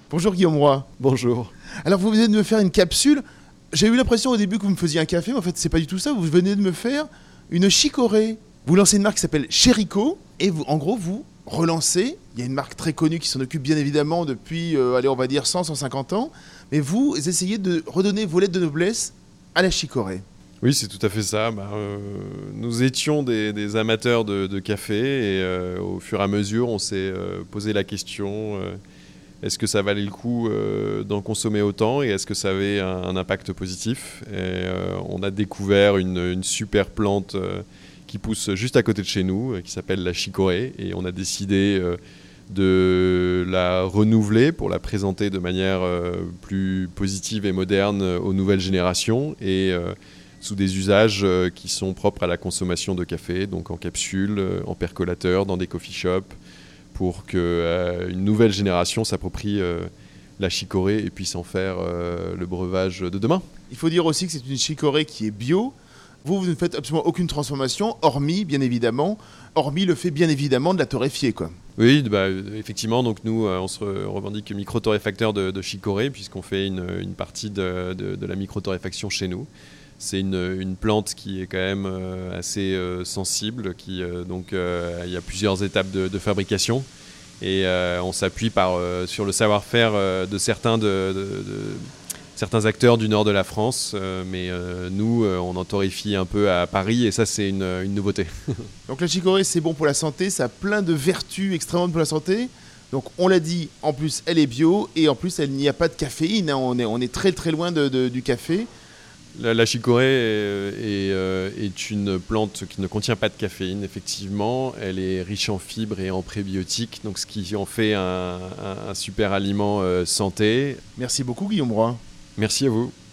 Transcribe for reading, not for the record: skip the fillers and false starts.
Bonjour Guillaume Roy. Bonjour. Alors vous venez de me faire une capsule. J'ai eu l'impression au début que vous me faisiez un café, mais en fait c'est pas du tout ça. Vous venez de me faire une chicorée. Vous lancez une marque qui s'appelle Chérico et vous, en gros, vous relancez. Il y a une marque très connue qui s'en occupe bien évidemment depuis, on va dire 100-150 ans. Mais vous essayez de redonner vos lettres de noblesse à la chicorée. Oui, c'est tout à fait ça. Nous étions des amateurs de café et au fur et à mesure, on s'est posé la question est-ce que ça valait le coup d'en consommer autant et est-ce que ça avait un impact positif. On a découvert une super plante qui pousse juste à côté de chez nous, qui s'appelle la chicorée, et on a décidé de la renouveler pour la présenter de manière plus positive et moderne aux nouvelles générations et sous des usages qui sont propres à la consommation de café, donc en capsule, en percolateur, dans des coffee shops, pour qu'une nouvelle génération s'approprie la chicorée et puisse en faire le breuvage de demain. Il faut dire aussi que c'est une chicorée qui est bio. Vous ne faites absolument aucune transformation, hormis le fait bien évidemment de la torréfier, quoi. Oui, effectivement, donc nous, on se revendique micro-torréfacteur de chicorée, puisqu'on fait une partie de la micro-torréfaction chez nous. C'est une plante qui est quand même assez sensible, il y a plusieurs étapes de fabrication, et on s'appuie sur le savoir-faire de certains acteurs du nord de la France, mais nous, on en torréfie un peu à Paris, et ça, c'est une nouveauté. Donc la chicorée, c'est bon pour la santé, ça a plein de vertus extrêmement pour la santé. Donc on l'a dit, en plus, elle est bio, et en plus, il n'y a pas de caféine, hein. On est très très loin du café. La chicorée est une plante qui ne contient pas de caféine, effectivement. Elle est riche en fibres et en prébiotiques, donc ce qui en fait un super aliment santé. Merci beaucoup Guillaume Roy. Merci à vous.